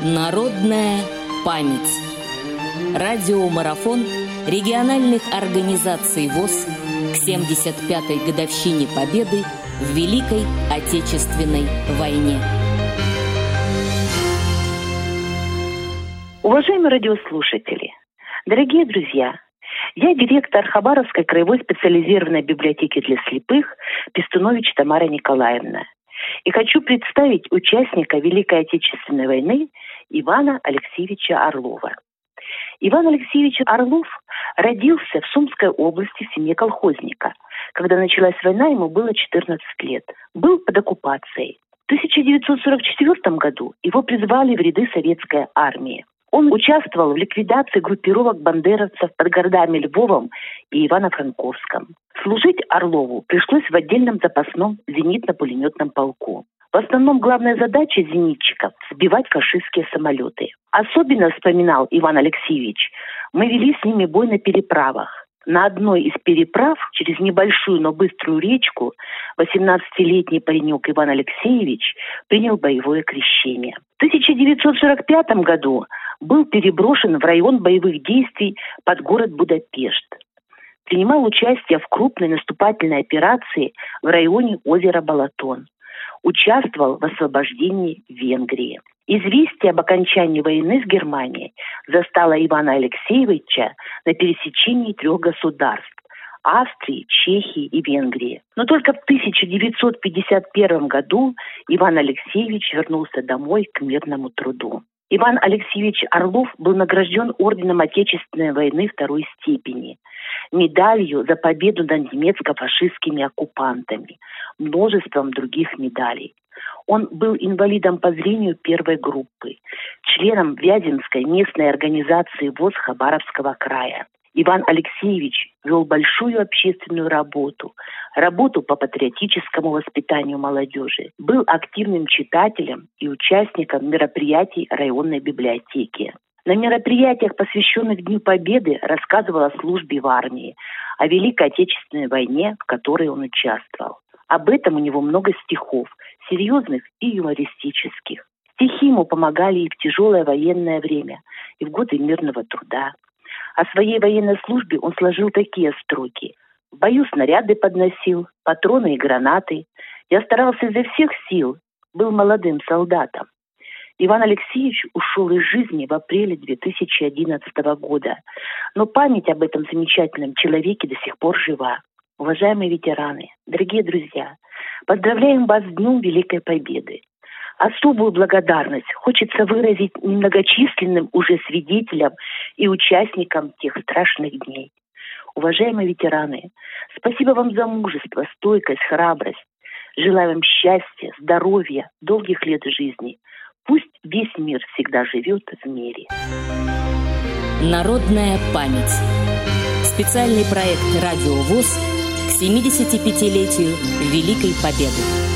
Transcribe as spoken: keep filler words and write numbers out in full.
Народная память. Радиомарафон региональных организаций ВОС к семьдесят пятой годовщине Победы в Великой Отечественной войне. Уважаемые радиослушатели, дорогие друзья, я директор Хабаровской краевой специализированной библиотеки для слепых Пестунович Тамара Николаевна. И хочу представить участника Великой Отечественной войны Ивана Алексеевича Орлова. Иван Алексеевич Орлов родился в Сумской области в семье колхозника. Когда началась война, ему было четырнадцать лет. Был под оккупацией. В тысяча девятьсот сорок четвёртом году его призвали в ряды советской армии. Он участвовал в ликвидации группировок бандеровцев под городами Львовом и Ивано-Франковском. Служить Орлову пришлось в отдельном запасном зенитно-пулеметном полку. В основном главная задача зенитчиков – сбивать фашистские самолеты. Особенно, вспоминал Иван Алексеевич, мы вели с ними бой на переправах. На одной из переправ через небольшую, но быструю речку восемнадцатилетний паренек Иван Алексеевич принял боевое крещение. В тысяча девятьсот сорок пятом году был переброшен в район боевых действий под город Будапешт. Принимал участие в крупной наступательной операции в районе озера Балатон. Участвовал в освобождении Венгрии. Известие об окончании войны с Германией застало Ивана Алексеевича на пересечении трех государств – Австрии, Чехии и Венгрии. Но только в тысяча девятьсот пятьдесят первом году Иван Алексеевич вернулся домой к мирному труду. Иван Алексеевич Орлов был награжден орденом Отечественной войны второй степени, медалью за победу над немецко-фашистскими оккупантами, множеством других медалей. Он был инвалидом по зрению первой группы, членом Вяземской местной организации ВОС Хабаровского края. Иван Алексеевич вел большую общественную работу, работу по патриотическому воспитанию молодежи, был активным читателем и участником мероприятий районной библиотеки. На мероприятиях, посвященных Дню Победы, рассказывал о службе в армии, о Великой Отечественной войне, в которой он участвовал. Об этом у него много стихов, серьезных и юмористических. Стихи ему помогали и в тяжелое военное время, и в годы мирного труда. О своей военной службе он сложил такие строки. В бою снаряды подносил, патроны и гранаты. Я старался изо всех сил, был молодым солдатом. Иван Алексеевич ушел из жизни в апреле две тысячи одиннадцатого года. Но память об этом замечательном человеке до сих пор жива. Уважаемые ветераны, дорогие друзья, поздравляем вас с Днем Великой Победы. Особую благодарность хочется выразить немногочисленным уже свидетелям и участникам тех страшных дней. Уважаемые ветераны, спасибо вам за мужество, стойкость, храбрость. Желаю вам счастья, здоровья, долгих лет жизни. Пусть весь мир всегда живет в мире. Народная память. Специальный проект «Радио ВОС» к семидесятипятилетию Великой Победы.